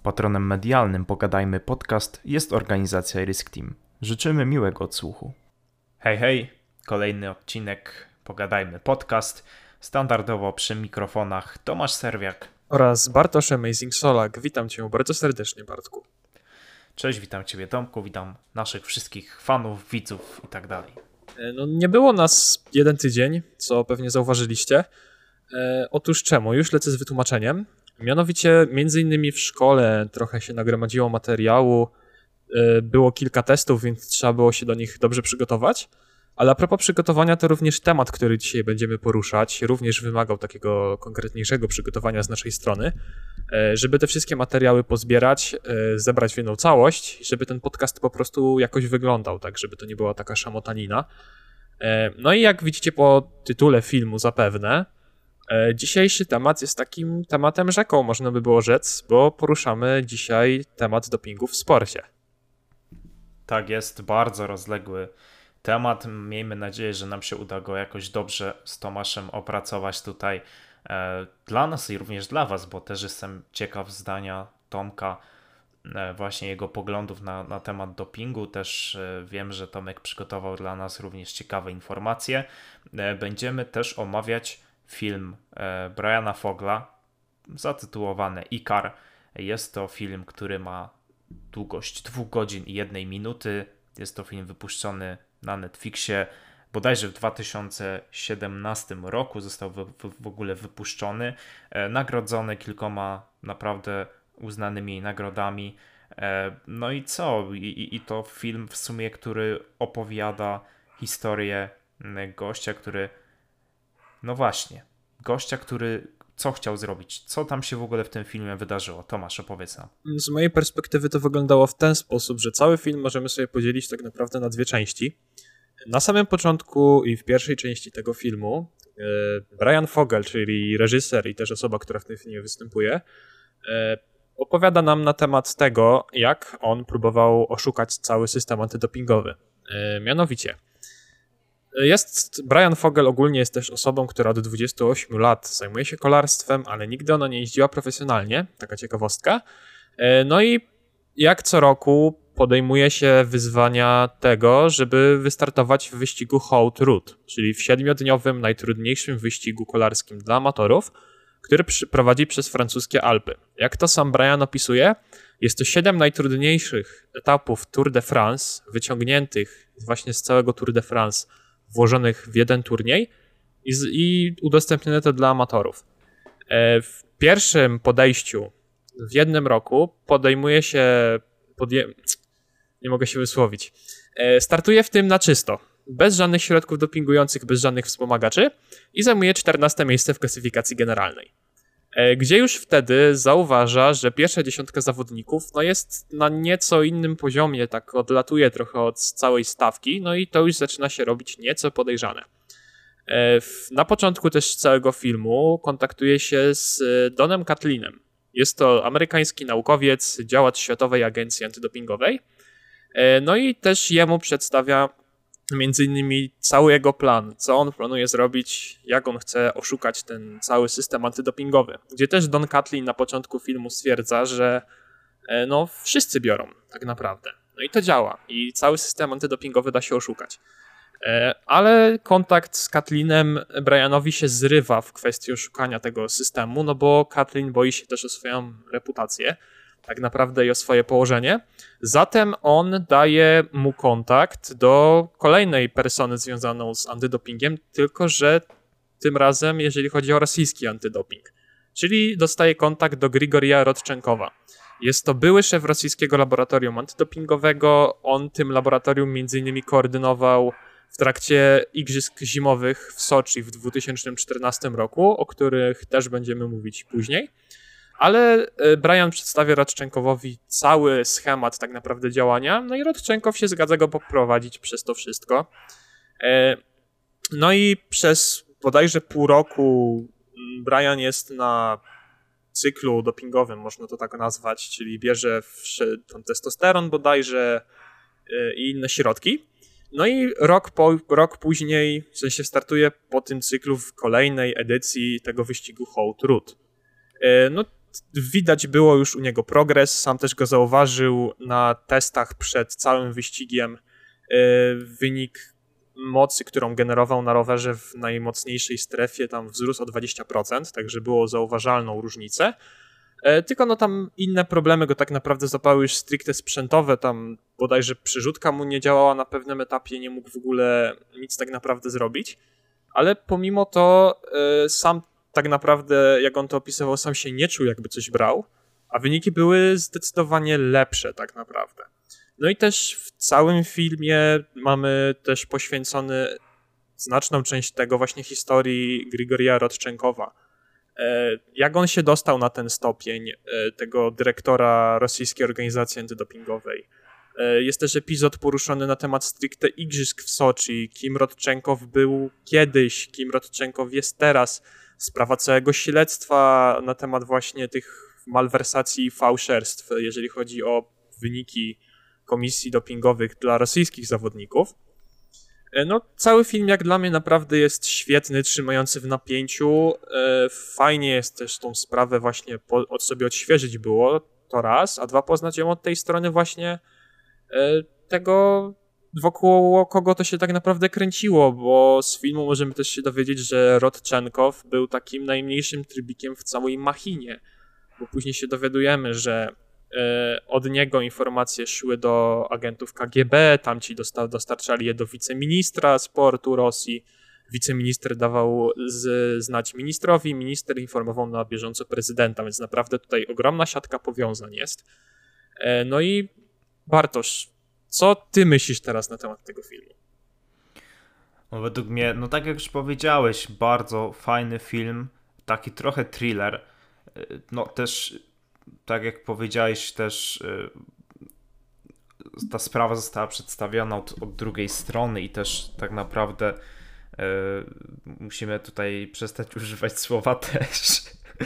Patronem medialnym Pogadajmy Podcast jest organizacja Risk Team. Życzymy miłego odsłuchu. Hej, hej, kolejny odcinek Pogadajmy Podcast. Standardowo przy mikrofonach Tomasz Serwiak oraz Bartosz Amazing Solak. Witam Cię bardzo serdecznie, Bartku. Cześć, witam Ciebie, Tomku, witam naszych wszystkich fanów, widzów i tak dalej. No, nie było nas jeden tydzień, co pewnie zauważyliście. Otóż czemu? Już lecę z wytłumaczeniem. Mianowicie, między innymi w szkole trochę się nagromadziło materiału, było kilka testów, więc trzeba było się do nich dobrze przygotować. Ale a propos przygotowania, to również temat, który dzisiaj będziemy poruszać, również wymagał takiego konkretniejszego przygotowania z naszej strony, żeby te wszystkie materiały pozbierać, zebrać w jedną całość, żeby ten podcast po prostu jakoś wyglądał, tak żeby to nie była taka szamotanina. No i jak widzicie po tytule filmu zapewne, dzisiejszy temat jest takim tematem rzeką, można by było rzec, bo poruszamy dzisiaj temat dopingu w sporcie. Tak, jest bardzo rozległy temat. Miejmy nadzieję, że nam się uda go jakoś dobrze z Tomaszem opracować tutaj dla nas i również dla Was, bo też jestem ciekaw zdania Tomka, właśnie jego poglądów na temat dopingu. Też wiem, że Tomek przygotował dla nas również ciekawe informacje. Będziemy też omawiać film Briana Fogla zatytułowany Icar. Jest to film, który ma długość 2 godzin i 1 minuty. Jest to film wypuszczony na Netflixie. Bodajże w 2017 roku został w ogóle wypuszczony. Nagrodzony kilkoma naprawdę uznanymi nagrodami. No i co? I to film w sumie, który opowiada historię gościa, który... No właśnie. Gościa, który co chciał zrobić? Co tam się w ogóle w tym filmie wydarzyło? Tomasz, opowiedz nam. Z mojej perspektywy to wyglądało w ten sposób, że cały film możemy sobie podzielić tak naprawdę na 2 części. Na samym początku i w pierwszej części tego filmu Brian Fogel, czyli reżyser i też osoba, która w tym filmie występuje, opowiada nam na temat tego, jak on próbował oszukać cały system antydopingowy. Mianowicie, Brian Fogel ogólnie jest też osobą, która od 28 lat zajmuje się kolarstwem, ale nigdy ona nie jeździła profesjonalnie, taka ciekawostka. No i jak co roku podejmuje się wyzwania tego, żeby wystartować w wyścigu Haute Route, czyli w 7-dniowym, najtrudniejszym wyścigu kolarskim dla amatorów, który prowadzi przez francuskie Alpy. Jak to sam Brian opisuje, jest to 7 najtrudniejszych etapów Tour de France, wyciągniętych właśnie z całego Tour de France, włożonych w jeden turniej i udostępnione to dla amatorów. W pierwszym podejściu w jednym roku podejmuje się... Nie mogę się wysłowić. Startuje w tym na czysto, bez żadnych środków dopingujących, bez żadnych wspomagaczy i zajmuje 14 miejsce w klasyfikacji generalnej. Gdzie już wtedy zauważa, że pierwsza 10 zawodników jest na nieco innym poziomie, tak odlatuje trochę od całej stawki, no i to już zaczyna się robić nieco podejrzane. Na początku też całego filmu kontaktuje się z Donem Cathlinem. Jest to amerykański naukowiec, działacz Światowej Agencji Antydopingowej. No i też jemu przedstawia między innymi cały jego plan, co on planuje zrobić, jak on chce oszukać ten cały system antydopingowy. Gdzie też Don Cathlin na początku filmu stwierdza, że wszyscy biorą tak naprawdę. No i to działa i cały system antydopingowy da się oszukać. Ale kontakt z Cathlinem Brianowi się zrywa w kwestii oszukania tego systemu, no bo Cathlin boi się też o swoją reputację, tak naprawdę i o swoje położenie. Zatem on daje mu kontakt do kolejnej persony związaną z antydopingiem, tylko że tym razem jeżeli chodzi o rosyjski antydoping. Czyli dostaje kontakt do Grigorija Rodczenkowa. Jest to były szef rosyjskiego laboratorium antydopingowego. On tym laboratorium m.in. koordynował w trakcie Igrzysk Zimowych w Soczi w 2014 roku, o których też będziemy mówić później. Ale Brian przedstawia Rodczenkowowi cały schemat tak naprawdę działania, no i Rodczenkow się zgadza go poprowadzić przez to wszystko. No i przez bodajże pół roku Brian jest na cyklu dopingowym, można to tak nazwać, czyli bierze ten testosteron bodajże i inne środki. No i rok później, w sensie startuje po tym cyklu w kolejnej edycji tego wyścigu Haute Route. No widać było już u niego progres, sam też go zauważył na testach przed całym wyścigiem. Wynik mocy, którą generował na rowerze w najmocniejszej strefie, tam wzrósł o 20%, także było zauważalną różnicę. Tylko no tam inne problemy go tak naprawdę złapały już stricte sprzętowe, tam bodajże przyrzutka mu nie działała na pewnym etapie, nie mógł w ogóle nic tak naprawdę zrobić, ale pomimo to sam tak naprawdę, jak on to opisywał, sam się nie czuł, jakby coś brał, a wyniki były zdecydowanie lepsze tak naprawdę. No i też w całym filmie mamy też poświęcony znaczną część tego właśnie historii Grigorija Rodczenkowa. Jak on się dostał na ten stopień tego dyrektora rosyjskiej organizacji antydopingowej. Jest też epizod poruszony na temat stricte igrzysk w Soczi, kim Rodczenkow był kiedyś, kim Rodczenkow jest teraz, sprawa całego śledztwa na temat właśnie tych malwersacji i fałszerstw, jeżeli chodzi o wyniki komisji dopingowych dla rosyjskich zawodników. No, cały film jak dla mnie naprawdę jest świetny, trzymający w napięciu. Fajnie jest też tą sprawę właśnie od sobie odświeżyć było, to raz, a dwa poznać ją od tej strony właśnie tego, wokół kogo to się tak naprawdę kręciło, bo z filmu możemy też się dowiedzieć, że Rodczenkow był takim najmniejszym trybikiem w całej machinie, bo później się dowiadujemy, że od niego informacje szły do agentów KGB, tamci dostarczali je do wiceministra sportu Rosji, wiceminister dawał znać ministrowi, minister informował na bieżąco prezydenta, więc naprawdę tutaj ogromna siatka powiązań jest. No i Bartosz, co ty myślisz teraz na temat tego filmu? No według mnie, no tak jak już powiedziałeś, bardzo fajny film, taki trochę thriller. No też, tak jak powiedziałeś, też ta sprawa została przedstawiona od drugiej strony i też tak naprawdę musimy tutaj przestać używać słowa też.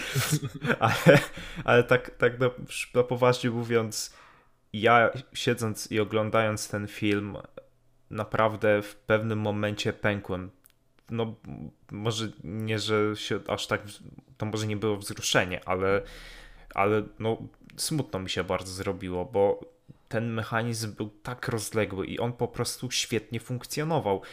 ale tak na poważnie mówiąc, ja siedząc i oglądając ten film, naprawdę w pewnym momencie pękłem. No może nie, że się aż tak, to może nie było wzruszenie, ale no smutno mi się bardzo zrobiło, bo ten mechanizm był tak rozległy i on po prostu świetnie funkcjonował.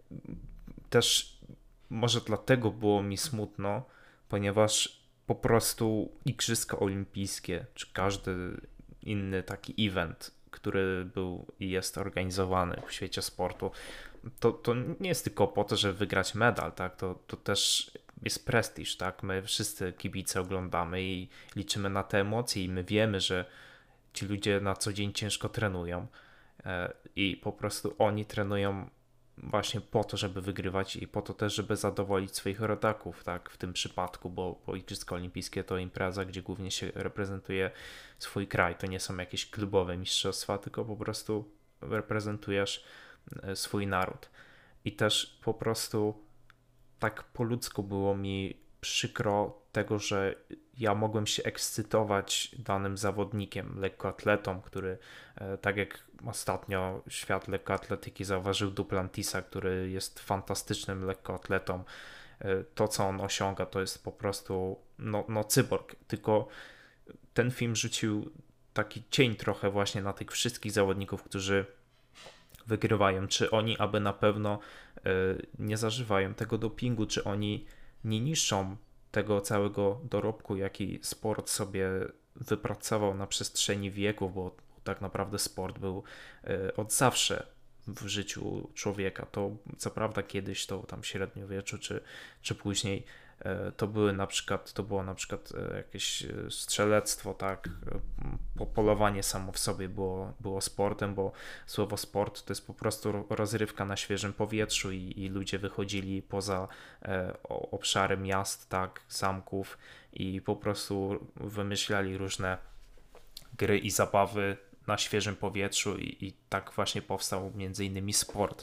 Też może dlatego było mi smutno, ponieważ po prostu Igrzyska Olimpijskie, czy każdy inny taki event, który był i jest organizowany w świecie sportu, to nie jest tylko po to, żeby wygrać medal, tak? To też jest prestiż, tak? My wszyscy kibice oglądamy i liczymy na te emocje i my wiemy, że ci ludzie na co dzień ciężko trenują i po prostu oni trenują właśnie po to, żeby wygrywać i po to też, żeby zadowolić swoich rodaków, tak? W tym przypadku, bo Igrzyska Olimpijskie to impreza, gdzie głównie się reprezentuje swój kraj. To nie są jakieś klubowe mistrzostwa, tylko po prostu reprezentujesz swój naród. I też po prostu tak po ludzku było mi przykro tego, że ja mogłem się ekscytować danym zawodnikiem, lekkoatletą, który tak jak ostatnio świat lekkoatletyki zauważył Duplantisa, który jest fantastycznym lekkoatletą. To, co on osiąga, to jest po prostu no cyborg. Tylko ten film rzucił taki cień trochę właśnie na tych wszystkich zawodników, którzy wygrywają. Czy oni aby na pewno nie zażywają tego dopingu, czy oni nie niszczą tego całego dorobku, jaki sport sobie wypracował na przestrzeni wieków, bo tak naprawdę sport był od zawsze w życiu człowieka. To co prawda kiedyś, to tam średniowieczu czy później, to było na przykład jakieś strzelectwo, tak, polowanie samo w sobie było sportem, bo słowo sport to jest po prostu rozrywka na świeżym powietrzu i ludzie wychodzili poza obszary miast, tak, zamków i po prostu wymyślali różne gry i zabawy na świeżym powietrzu i tak właśnie powstał między innymi sport.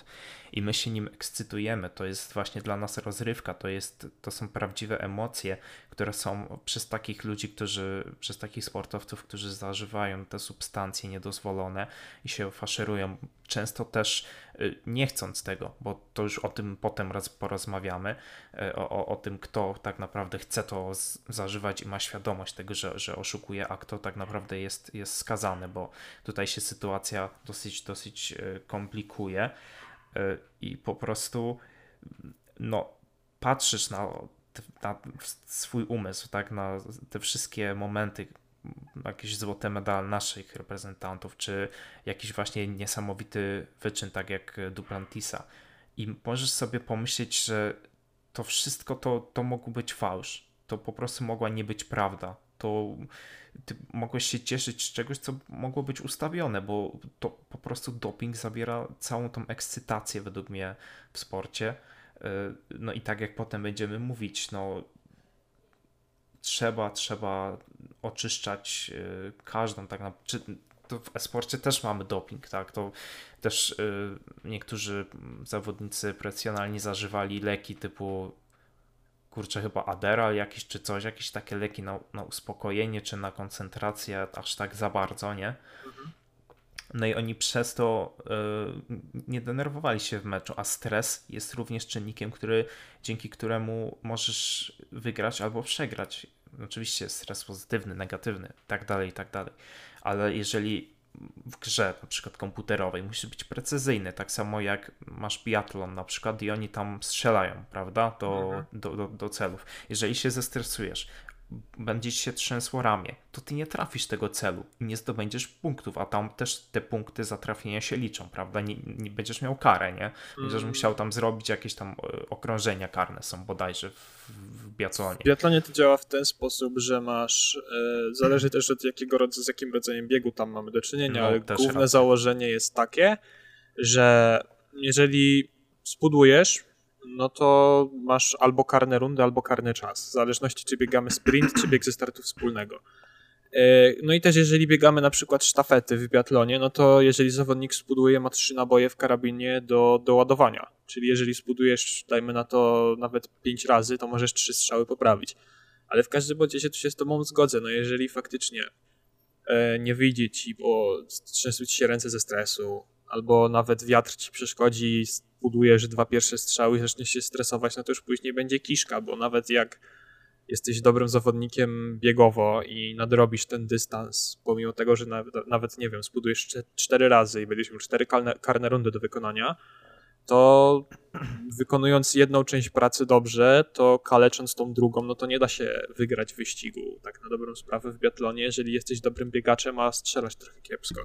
i my się nim ekscytujemy. To jest właśnie dla nas rozrywka, to są prawdziwe emocje, które są przez takich ludzi, przez takich sportowców, którzy zażywają te substancje niedozwolone i się faszerują. Często też nie chcąc tego, bo to już o tym potem raz porozmawiamy, o tym, kto tak naprawdę chce to zażywać i ma świadomość tego, że oszukuje, a kto tak naprawdę jest skazany, bo tutaj się sytuacja dosyć komplikuje i po prostu no, patrzysz na swój umysł, tak, na te wszystkie momenty, jakieś złote medal naszych reprezentantów, czy jakiś właśnie niesamowity wyczyn, tak jak Duplantisa. I możesz sobie pomyśleć, że to wszystko to mógł być fałsz. To po prostu mogła nie być prawda. To ty mogłeś się cieszyć z czegoś, co mogło być ustawione, bo to po prostu doping zabiera całą tą ekscytację według mnie w sporcie. No i tak jak potem będziemy mówić, no trzeba oczyszczać każdą tak naprawdę. To w e-sporcie też mamy doping, tak? To też niektórzy zawodnicy profesjonalni zażywali leki typu kurczę chyba Adderall jakiś czy coś, jakieś takie leki na uspokojenie czy na koncentrację aż tak za bardzo, nie? No i oni przez to nie denerwowali się w meczu, a stres jest również czynnikiem, dzięki któremu możesz wygrać albo przegrać. Oczywiście stres pozytywny, negatywny, tak dalej, ale jeżeli w grze na przykład komputerowej musisz być precyzyjny, tak samo jak masz biatlon na przykład i oni tam strzelają, prawda, do celów. Jeżeli się zestresujesz, będzie ci się trzęsło ramię, to ty nie trafisz tego celu i nie zdobędziesz punktów, a tam też te punkty za trafienia się liczą, prawda? Nie będziesz miał karę, nie? Będziesz musiał tam zrobić jakieś tam okrążenia karne są bodajże w biatlonie. W biatlonie to działa w ten sposób, że masz, zależy też od z jakim rodzajem biegu tam mamy do czynienia, ale główne założenie jest takie, że jeżeli spudujesz, no to masz albo karne rundy, albo karny czas. W zależności czy biegamy sprint, czy bieg ze startu wspólnego. No i też jeżeli biegamy na przykład sztafety w biatlonie, no to jeżeli zawodnik spuduje, ma 3 naboje w karabinie do ładowania. Czyli jeżeli spudujesz, dajmy na to nawet 5 razy, to możesz 3 strzały poprawić. Ale w każdym bądź razie tu się z tobą zgodzę. No jeżeli faktycznie nie wyjdzie ci, bo trzęsą ci się ręce ze stresu, albo nawet wiatr ci przeszkodzi, spudujesz 2 pierwsze strzały i zaczniesz się stresować, no to już później będzie kiszka, bo nawet jak jesteś dobrym zawodnikiem biegowo i nadrobisz ten dystans, pomimo tego, że nawet nie wiem, spudujesz 4 razy i będziesz miał 4 karne rundy do wykonania, to wykonując jedną część pracy dobrze, to kalecząc tą drugą, no to nie da się wygrać wyścigu, tak na dobrą sprawę w biatlonie, jeżeli jesteś dobrym biegaczem, a strzelasz trochę kiepsko.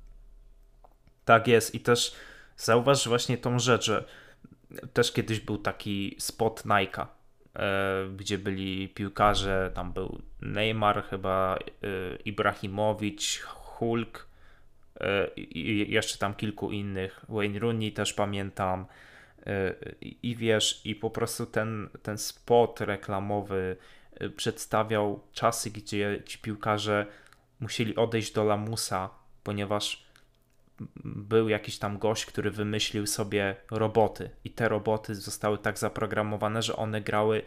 Tak jest i też zauważ właśnie tą rzecz, że też kiedyś był taki spot Nike'a, gdzie byli piłkarze, tam był Neymar chyba, Ibrahimowicz, Hulk i jeszcze tam kilku innych, Wayne Rooney też pamiętam i wiesz, i po prostu ten spot reklamowy przedstawiał czasy, gdzie ci piłkarze musieli odejść do lamusa, ponieważ był jakiś tam gość, który wymyślił sobie roboty i te roboty zostały tak zaprogramowane, że one grały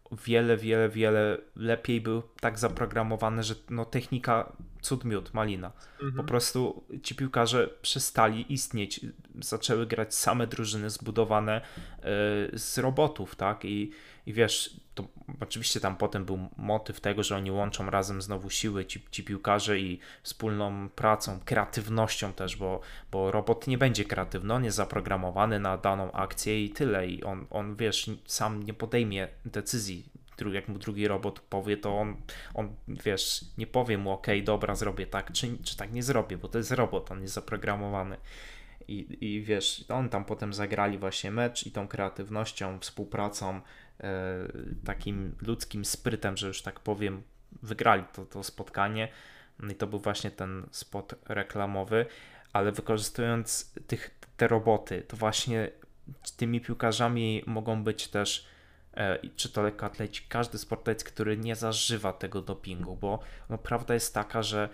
wiele lepiej, były tak zaprogramowane, że no technika cud miód, malina. Po prostu ci piłkarze przestali istnieć, zaczęły grać same drużyny zbudowane z robotów, tak? I wiesz, to oczywiście tam potem był motyw tego, że oni łączą razem znowu siły ci piłkarze i wspólną pracą, kreatywnością też, bo robot nie będzie kreatywny, on jest zaprogramowany na daną akcję i tyle i on wiesz, sam nie podejmie decyzji. Jak mu drugi robot powie, to on wiesz, nie powie mu okej, dobra, zrobię tak, czy tak nie zrobię, bo to jest robot, on jest zaprogramowany. I wiesz, on tam potem zagrali właśnie mecz i tą kreatywnością, współpracą, takim ludzkim sprytem, że już tak powiem, wygrali to spotkanie. No i to był właśnie ten spot reklamowy, ale wykorzystując te roboty, to właśnie tymi piłkarzami mogą być też czy to lekkoatleci, każdy sportowiec, który nie zażywa tego dopingu, bo no, prawda jest taka, że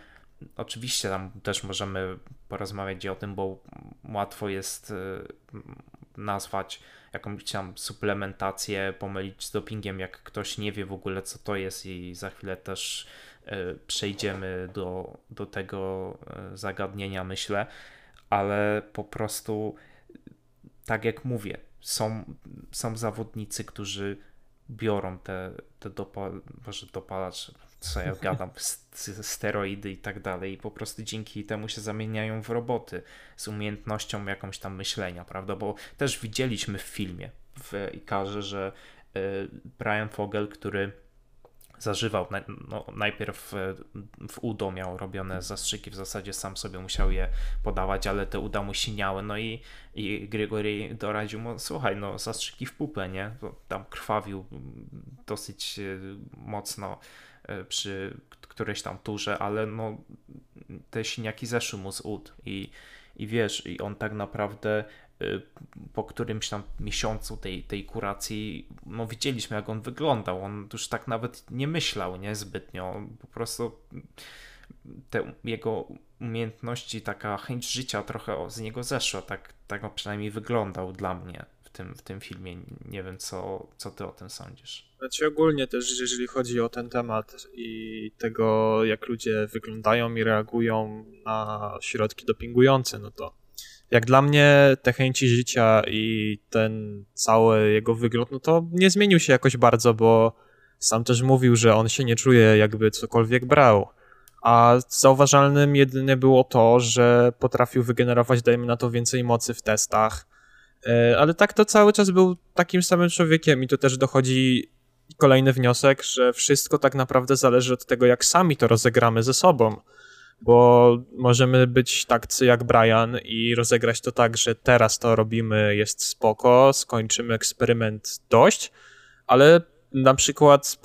oczywiście tam też możemy porozmawiać o tym, bo łatwo jest nazwać jakąś tam suplementację, pomylić z dopingiem, jak ktoś nie wie w ogóle co to jest i za chwilę też przejdziemy do tego zagadnienia, myślę, ale po prostu tak jak mówię, są zawodnicy, którzy biorą te dopalacze, co ja gadam, steroidy i tak dalej i po prostu dzięki temu się zamieniają w roboty z umiejętnością jakąś tam myślenia, prawda, bo też widzieliśmy w filmie w Ikarze, że Brian Fogel, który zażywał, najpierw w udo miał robione zastrzyki, w zasadzie sam sobie musiał je podawać, ale te uda mu siniały, no i Grigory doradził mu, słuchaj, no zastrzyki w pupę, nie, bo tam krwawił dosyć mocno przy którejś tam turze, ale no te siniaki zeszły mu z ud i wiesz, i on tak naprawdę po którymś tam miesiącu tej kuracji, no widzieliśmy jak on wyglądał, on już tak nawet nie myślał, nie, zbytnio, po prostu te jego umiejętności, taka chęć życia trochę z niego zeszła, tak on przynajmniej wyglądał dla mnie w tym filmie, nie wiem co ty o tym sądzisz. Znaczy ogólnie też, jeżeli chodzi o ten temat i tego, jak ludzie wyglądają i reagują na środki dopingujące, no to jak dla mnie te chęci życia i ten cały jego wygląd, no to nie zmienił się jakoś bardzo, bo sam też mówił, że on się nie czuje jakby cokolwiek brał. A zauważalnym jedynie było to, że potrafił wygenerować, dajmy na to, więcej mocy w testach. Ale tak to cały czas był takim samym człowiekiem i tu też dochodzi kolejny wniosek, że wszystko tak naprawdę zależy od tego, jak sami to rozegramy ze sobą. Bo możemy być tacy jak Brian i rozegrać to tak, że teraz to robimy, jest spoko, skończymy eksperyment dość, ale na przykład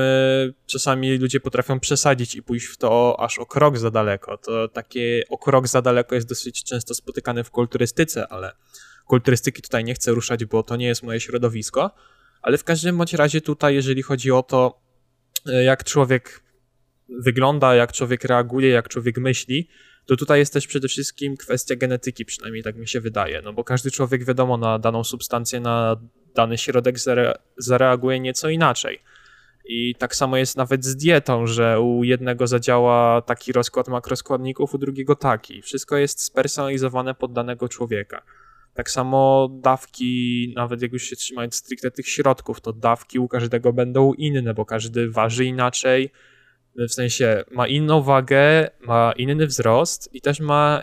czasami ludzie potrafią przesadzić i pójść w to aż o krok za daleko. To takie o krok za daleko jest dosyć często spotykane w kulturystyce, ale kulturystyki tutaj nie chcę ruszać, bo to nie jest moje środowisko, ale w każdym bądź razie tutaj, jeżeli chodzi o to, jak człowiek wygląda, jak człowiek reaguje, jak człowiek myśli, to tutaj jest też przede wszystkim kwestia genetyki, przynajmniej tak mi się wydaje, no bo każdy człowiek, wiadomo, na daną substancję, na dany środek zareaguje nieco inaczej. I tak samo jest nawet z dietą, że u jednego zadziała taki rozkład makroskładników, u drugiego taki. Wszystko jest spersonalizowane pod danego człowieka. Tak samo dawki, nawet jak już się trzymając stricte tych środków, to dawki u każdego będą inne, bo każdy waży inaczej, w sensie ma inną wagę, ma inny wzrost i też ma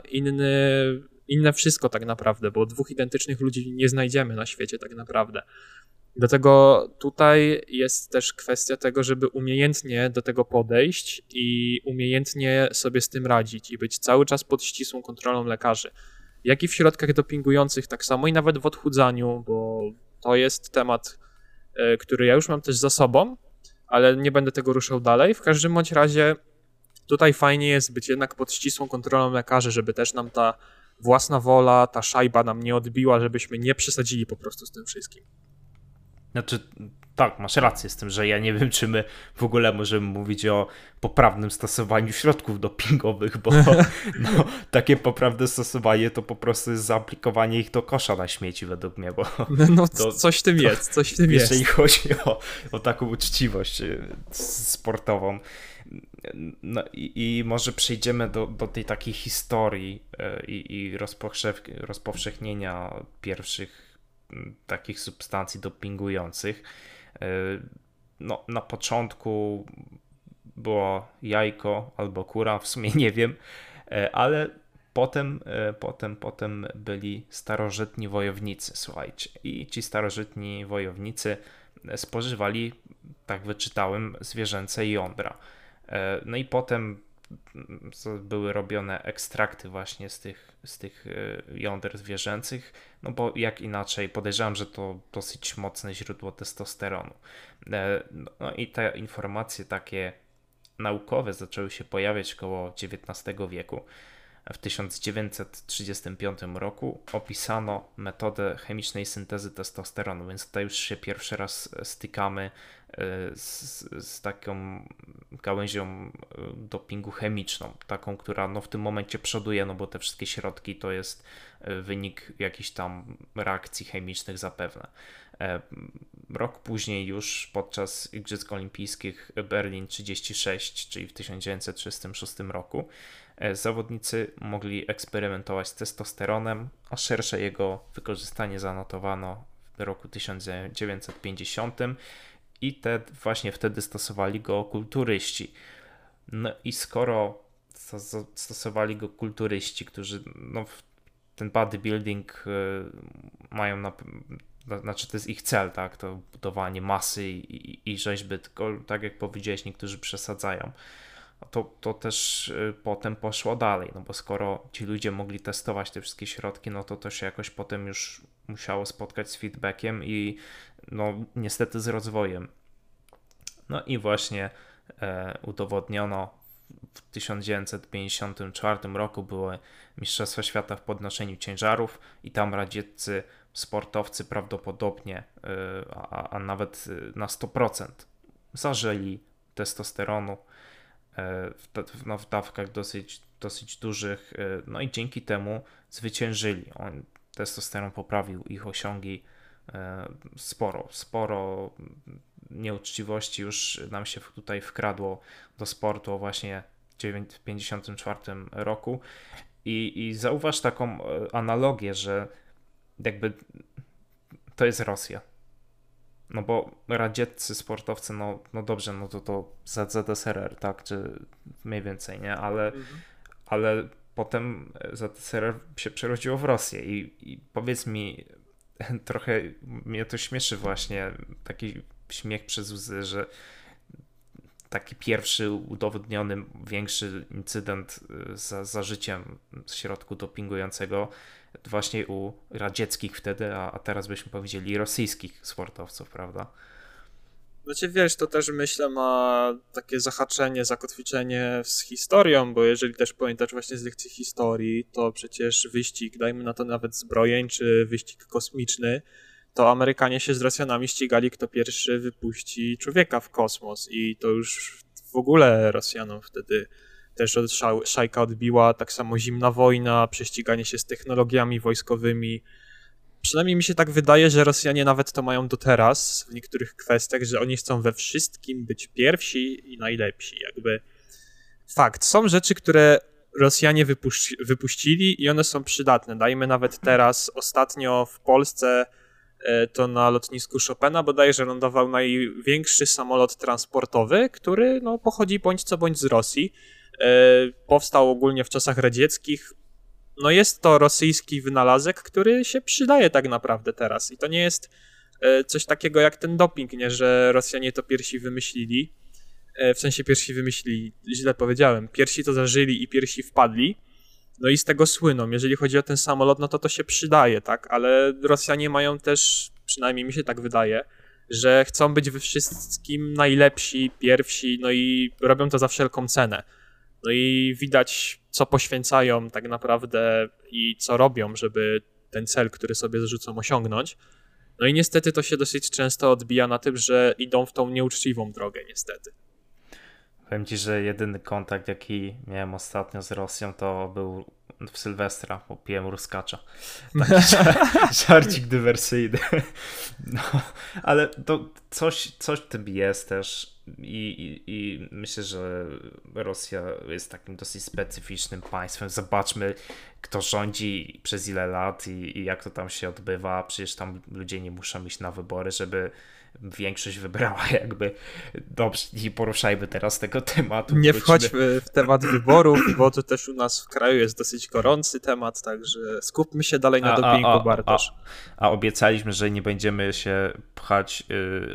inne wszystko tak naprawdę, bo dwóch identycznych ludzi nie znajdziemy na świecie tak naprawdę. Dlatego tutaj jest też kwestia tego, żeby umiejętnie do tego podejść i umiejętnie sobie z tym radzić i być cały czas pod ścisłą kontrolą lekarzy. Jak i w środkach dopingujących tak samo i nawet w odchudzaniu, bo to jest temat, który ja już mam też za sobą, ale nie będę tego ruszał dalej. W każdym bądź razie tutaj fajnie jest być jednak pod ścisłą kontrolą lekarzy, żeby też nam ta własna wola, ta szajba nam nie odbiła, żebyśmy nie przesadzili po prostu z tym wszystkim. Znaczy, tak, masz rację z tym, że ja nie wiem, czy my w ogóle możemy mówić o poprawnym stosowaniu środków dopingowych, bo no, takie poprawne stosowanie to po prostu jest zaaplikowanie ich do kosza na śmieci według mnie, bo no coś w tym jest, coś w tym jest. Jeżeli chodzi o taką uczciwość sportową. No i może przejdziemy do tej takiej historii i rozpowszechnienia pierwszych takich substancji dopingujących. No, na początku było jajko albo kura, w sumie nie wiem, ale potem byli starożytni wojownicy, słuchajcie. I ci starożytni wojownicy spożywali, tak wyczytałem, zwierzęce jądra. No i potem były robione ekstrakty właśnie z tych jąder zwierzęcych, no bo jak inaczej, podejrzewam, że to dosyć mocne źródło testosteronu. No i te informacje takie naukowe zaczęły się pojawiać około XIX wieku. W 1935 roku opisano metodę chemicznej syntezy testosteronu, więc tutaj już się pierwszy raz stykamy z taką gałęzią dopingu chemiczną, taką, która no w tym momencie przoduje, no bo te wszystkie środki to jest wynik jakichś tam reakcji chemicznych zapewne. Rok później już podczas Igrzysk Olimpijskich Berlin 36, czyli w 1936 roku, zawodnicy mogli eksperymentować z testosteronem, a szersze jego wykorzystanie zanotowano w roku 1950 i właśnie wtedy stosowali go kulturyści. No i skoro stosowali go kulturyści, którzy no, ten bodybuilding mają znaczy to jest ich cel, tak, to budowanie masy i rzeźby, tylko tak jak powiedziałeś, niektórzy przesadzają. To też potem poszło dalej, no bo skoro ci ludzie mogli testować te wszystkie środki, no to się jakoś potem już musiało spotkać z feedbackiem i no niestety z rozwojem. No i właśnie udowodniono w 1954 roku były Mistrzostwa Świata w podnoszeniu ciężarów i tam radzieccy sportowcy prawdopodobnie, a nawet na 100% zażeli testosteronu w dawkach dosyć dużych, no i dzięki temu zwyciężyli. Testosteron poprawił ich osiągi sporo nieuczciwości już nam się tutaj wkradło do sportu właśnie w 1954 roku i zauważ taką analogię, że jakby to jest Rosja. No bo radzieccy sportowcy, no dobrze, no to ZSRR, tak, czy mniej więcej, nie? Ale potem ZSRR się przerodziło w Rosję i powiedz mi, trochę mnie to śmieszy właśnie, taki śmiech przez łzy, że taki pierwszy udowodniony większy incydent za zażyciem środku dopingującego właśnie u radzieckich wtedy, a teraz byśmy powiedzieli rosyjskich sportowców, prawda? Znaczy wiesz, to też myślę ma takie zahaczenie, zakotwiczenie z historią, bo jeżeli też pamiętasz właśnie z lekcji historii, to przecież wyścig, dajmy na to nawet zbrojeń, czy wyścig kosmiczny, to Amerykanie się z Rosjanami ścigali, kto pierwszy wypuści człowieka w kosmos i to już w ogóle Rosjanom wtedy też szajka odbiła, tak samo zimna wojna, prześciganie się z technologiami wojskowymi. Przynajmniej mi się tak wydaje, że Rosjanie nawet to mają do teraz w niektórych kwestiach, że oni chcą we wszystkim być pierwsi i najlepsi. Jakby fakt, są rzeczy, które Rosjanie wypuścili i one są przydatne. Dajmy nawet teraz, ostatnio w Polsce to na lotnisku Chopina bodajże lądował największy samolot transportowy, który no, pochodzi bądź co bądź z Rosji. Powstał ogólnie w czasach radzieckich. No jest to rosyjski wynalazek, który się przydaje tak naprawdę teraz. I to nie jest coś takiego jak ten doping, nie, że Rosjanie to pierwsi wymyślili. W sensie pierwsi wymyślili, źle powiedziałem. Pierwsi to zażyli i pierwsi wpadli. No i z tego słyną. Jeżeli chodzi o ten samolot, no to się przydaje, tak? Ale Rosjanie mają też, przynajmniej mi się tak wydaje, że chcą być we wszystkim najlepsi, pierwsi, no i robią to za wszelką cenę. No i widać, co poświęcają tak naprawdę i co robią, żeby ten cel, który sobie zarzucą, osiągnąć. No i niestety to się dosyć często odbija na tym, że idą w tą nieuczciwą drogę, niestety. Powiem ci, że jedyny kontakt, jaki miałem ostatnio z Rosją, to był w Sylwestra, bo piłem ruskacza. Taki żarcik dywersyjny. No, ale to coś w tym jest też i myślę, że Rosja jest takim dosyć specyficznym państwem. Zobaczmy, kto rządzi przez ile lat i jak to tam się odbywa. Przecież tam ludzie nie muszą iść na wybory, żeby większość wybrała jakby. Dobrze, nie poruszajmy teraz tego tematu. Nie wchodźmy w temat wyborów, bo to też u nas w kraju jest dosyć gorący temat, także skupmy się dalej na dopingu, Bartosz. A obiecaliśmy, że nie będziemy się pchać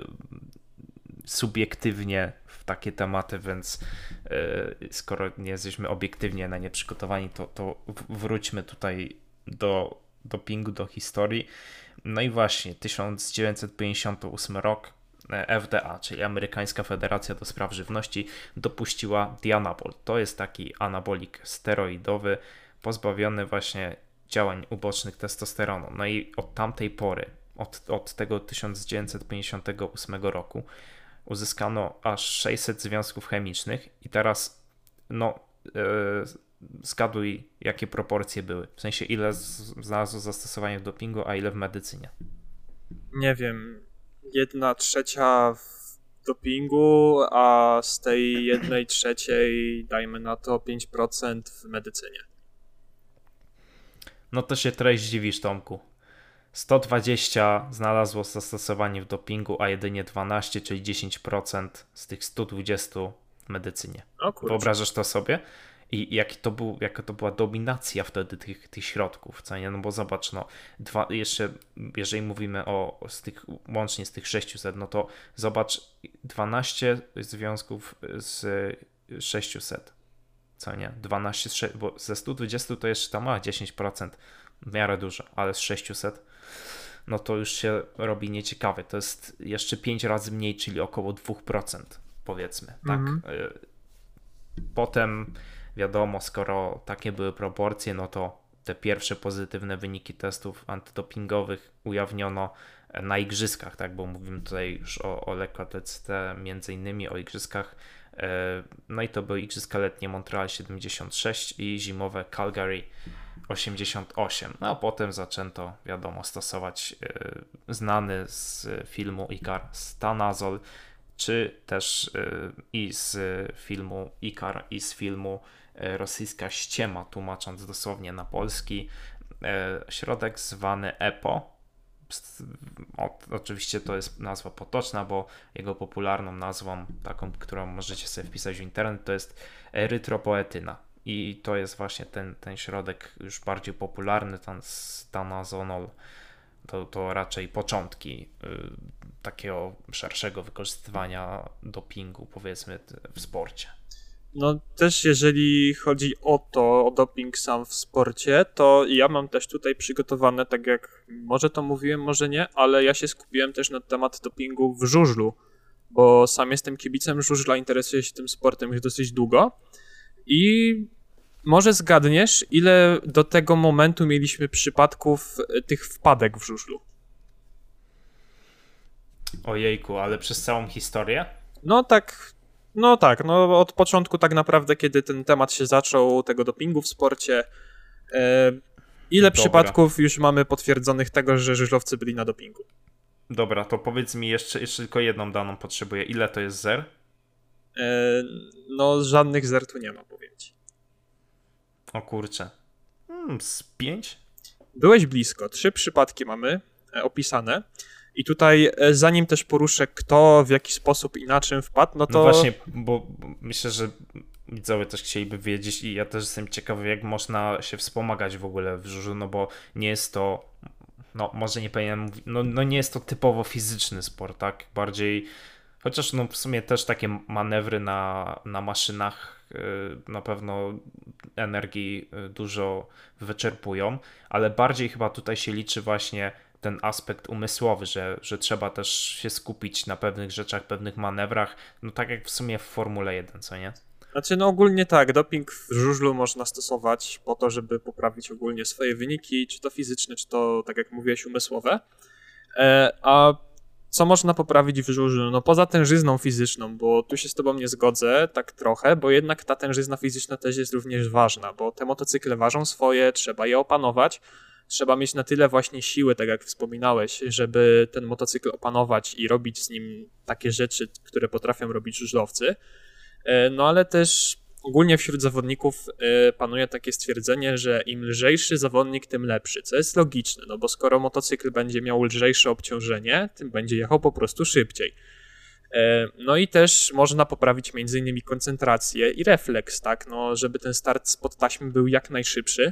subiektywnie w takie tematy, więc skoro nie jesteśmy obiektywnie na nie przygotowani, to wróćmy tutaj do dopingu, do historii. No i właśnie 1958 rok FDA, czyli Amerykańska Federacja do Spraw Żywności, dopuściła Dianabol. To jest taki anabolik steroidowy pozbawiony właśnie działań ubocznych testosteronu. No i od tamtej pory, od tego 1958 roku uzyskano aż 600 związków chemicznych i teraz no zgaduj, jakie proporcje były. W sensie ile znalazło zastosowanie w dopingu, a ile w medycynie. Nie wiem, 1/3 w dopingu, a z tej 1/3 dajmy na to 5% w medycynie. No to się trochę zdziwisz, Tomku. 120 znalazło zastosowanie w dopingu, a jedynie 12, czyli 10% z tych 120 w medycynie. O kurczę. Wyobrażasz to sobie? I jaka to była dominacja wtedy tych środków, co nie? No bo zobacz, no, jeszcze jeżeli mówimy łącznie z tych 600, no to zobacz, 12 związków z 600, co nie? 12, bo ze 120 to jeszcze tam ma 10%, w miarę dużo, ale z 600 no to już się robi nieciekawe. To jest jeszcze 5 razy mniej, czyli około 2%, powiedzmy, tak? Potem wiadomo, skoro takie były proporcje, no to te pierwsze pozytywne wyniki testów antydopingowych ujawniono na igrzyskach, tak? Bo mówimy tutaj już o lekkoatletyce, między innymi o igrzyskach. No i to były igrzyska letnie Montreal 76 i zimowe Calgary 88. No a potem zaczęto, wiadomo, stosować znany z filmu Ikar stanazol, czy też i z filmu Ikar, i z filmu Rosyjska ściema, tłumacząc dosłownie na polski, środek zwany EPO. Oczywiście to jest nazwa potoczna, bo jego popularną nazwą, taką, którą możecie sobie wpisać w internet, to jest erytropoetyna. I to jest właśnie ten środek już bardziej popularny, ten stanazolol. To raczej początki takiego szerszego wykorzystywania dopingu, powiedzmy, w sporcie. No też jeżeli chodzi o doping sam w sporcie, to ja mam też tutaj przygotowane, tak jak może to mówiłem, może nie, ale ja się skupiłem też na temat dopingu w żużlu, bo sam jestem kibicem żużla, interesuję się tym sportem już dosyć długo i może zgadniesz, ile do tego momentu mieliśmy przypadków tych wpadek w żużlu? Ojejku, ale przez całą historię? No tak, od początku tak naprawdę, kiedy ten temat się zaczął, tego dopingu w sporcie, ile przypadków już mamy potwierdzonych tego, że żużlowcy byli na dopingu? Dobra, to powiedz mi jeszcze tylko jedną daną potrzebuję. Ile to jest zer? No żadnych zer tu nie ma, powiem ci. O kurczę. Z 5? Byłeś blisko. 3 przypadki mamy opisane. I tutaj, zanim też poruszę kto, w jaki sposób i na czym wpadł, no to... No właśnie, bo myślę, że widzowie też chcieliby wiedzieć i ja też jestem ciekawy, jak można się wspomagać w ogóle w żużlu, no bo nie jest to, no może nie powinienem mówić, no nie jest to typowo fizyczny sport, tak? Bardziej, chociaż no w sumie też takie manewry na maszynach na pewno energii dużo wyczerpują, ale bardziej chyba tutaj się liczy właśnie ten aspekt umysłowy, że trzeba też się skupić na pewnych rzeczach, pewnych manewrach, no tak jak w sumie w Formule 1, co nie? Znaczy no ogólnie tak, doping w żużlu można stosować po to, żeby poprawić ogólnie swoje wyniki, czy to fizyczne, czy to, tak jak mówiłeś, umysłowe. A co można poprawić w żużlu? No poza tężyzną fizyczną, bo tu się z tobą nie zgodzę tak trochę, bo jednak ta tężyzna fizyczna też jest również ważna, bo te motocykle ważą swoje, trzeba je opanować. Trzeba mieć na tyle właśnie siły, tak jak wspominałeś, żeby ten motocykl opanować i robić z nim takie rzeczy, które potrafią robić żużlowcy. No ale też ogólnie wśród zawodników panuje takie stwierdzenie, że im lżejszy zawodnik, tym lepszy, co jest logiczne, no bo skoro motocykl będzie miał lżejsze obciążenie, tym będzie jechał po prostu szybciej. No i też można poprawić m.in. koncentrację i refleks, tak, no żeby ten start spod taśmy był jak najszybszy.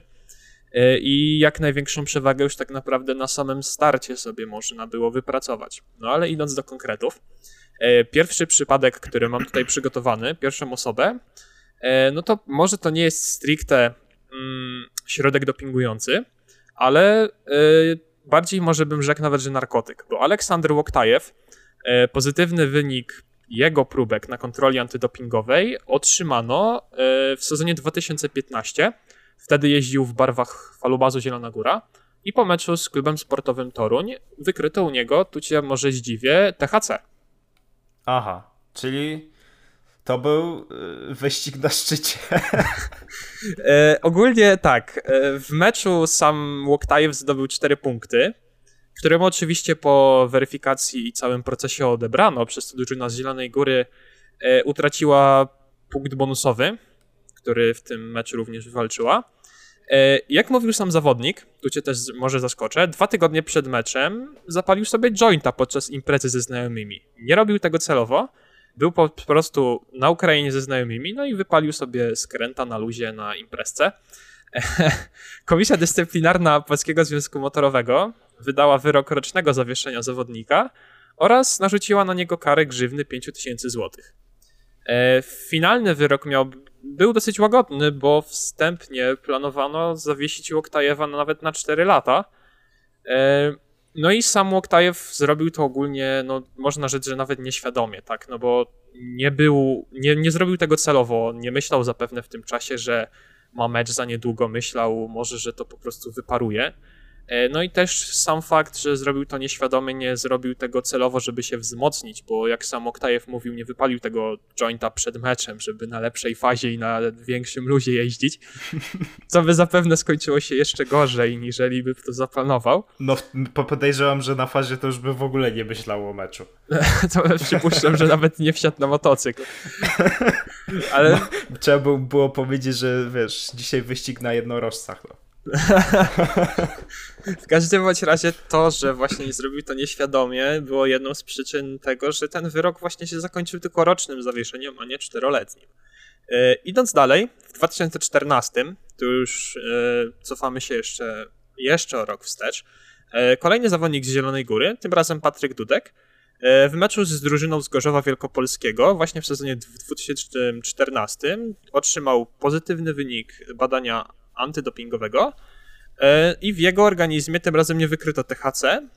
I jak największą przewagę już tak naprawdę na samym starcie sobie można było wypracować. No ale idąc do konkretów, pierwszy przypadek, który mam tutaj przygotowany, pierwszą osobę, no to może to nie jest stricte środek dopingujący, ale bardziej może bym rzekł nawet, że narkotyk, bo Aleksander Łoktajew, pozytywny wynik jego próbek na kontroli antydopingowej otrzymano w sezonie 2015. Wtedy jeździł w barwach Falubazu Zielona Góra i po meczu z klubem sportowym Toruń wykryto u niego, tu cię może zdziwię, THC. Aha, czyli to był wyścig na szczycie. Ogólnie tak, w meczu sam Łoktajew zdobył 4 punkty, któremu oczywiście po weryfikacji i całym procesie odebrano, przez to drużyna z Zielonej Góry utraciła punkt bonusowy, który w tym meczu również wywalczyła. Jak mówił sam zawodnik, tu cię też może zaskoczę, 2 tygodnie przed meczem zapalił sobie jointa podczas imprezy ze znajomymi. Nie robił tego celowo, był po prostu na Ukrainie ze znajomymi, no i wypalił sobie skręta na luzie na imprezce. Komisja Dyscyplinarna Polskiego Związku Motorowego wydała wyrok rocznego zawieszenia zawodnika oraz narzuciła na niego karę grzywny 5000 złotych. Finalny wyrok był dosyć łagodny, bo wstępnie planowano zawiesić Łoktajewa nawet na 4 lata. No i sam Łoktajew zrobił to ogólnie, no można rzec, że nawet nieświadomie, tak, no bo nie zrobił tego celowo, nie myślał zapewne w tym czasie, że ma mecz za niedługo, myślał może, że to po prostu wyparuje. No i też sam fakt, że zrobił to nieświadomie, nie zrobił tego celowo, żeby się wzmocnić, bo jak sam Łoktajew mówił, nie wypalił tego jointa przed meczem, żeby na lepszej fazie i na większym luzie jeździć, co by zapewne skończyło się jeszcze gorzej, niżeli by to zaplanował. No podejrzewam, że na fazie to już by w ogóle nie myślał o meczu. To przypuszczam, że nawet nie wsiadł na motocykl. Ale... No, trzeba było powiedzieć, że wiesz, dzisiaj wyścig na jednorożcach, no. W każdym bądź razie to, że właśnie zrobił to nieświadomie, było jedną z przyczyn tego, że ten wyrok właśnie się zakończył tylko rocznym zawieszeniem, a nie 4-letnim. Idąc dalej, w 2014, tu już cofamy się jeszcze o rok wstecz, kolejny zawodnik z Zielonej Góry, tym razem Patryk Dudek, w meczu z drużyną z Gorzowa Wielkopolskiego właśnie w sezonie 2014 otrzymał pozytywny wynik badania antydopingowego i w jego organizmie tym razem nie wykryto THC,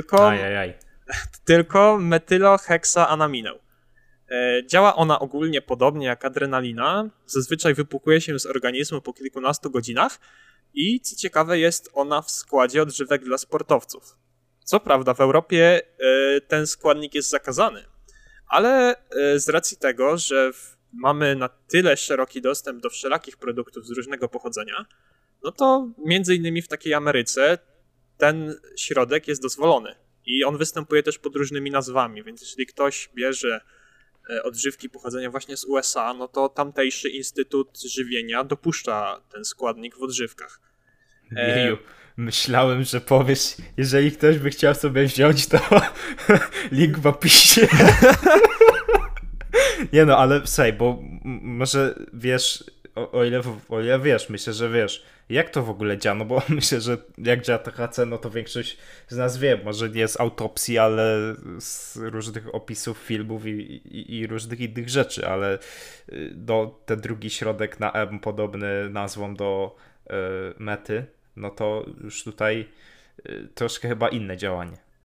tylko metyloheksaanaminę. Działa ona ogólnie podobnie jak adrenalina, zazwyczaj wypłukuje się z organizmu po kilkunastu godzinach i co ciekawe jest ona w składzie odżywek dla sportowców. Co prawda w Europie ten składnik jest zakazany, ale z racji tego, że mamy na tyle szeroki dostęp do wszelakich produktów z różnego pochodzenia, no to między innymi w takiej Ameryce ten środek jest dozwolony i on występuje też pod różnymi nazwami, więc jeśli ktoś bierze odżywki pochodzenia właśnie z USA, no to tamtejszy Instytut Żywienia dopuszcza ten składnik w odżywkach. Jeju, myślałem, że powiesz, jeżeli ktoś by chciał sobie wziąć, to link w opisie. Nie no, ale słuchaj, bo może wiesz, o ile wiesz, myślę, że wiesz, jak to w ogóle działa, no bo myślę, że jak działa THC, no to większość z nas wie, może nie z autopsji, ale z różnych opisów filmów i różnych innych rzeczy, ale ten drugi środek na M podobny nazwą do mety, no to już tutaj troszkę chyba inne działanie.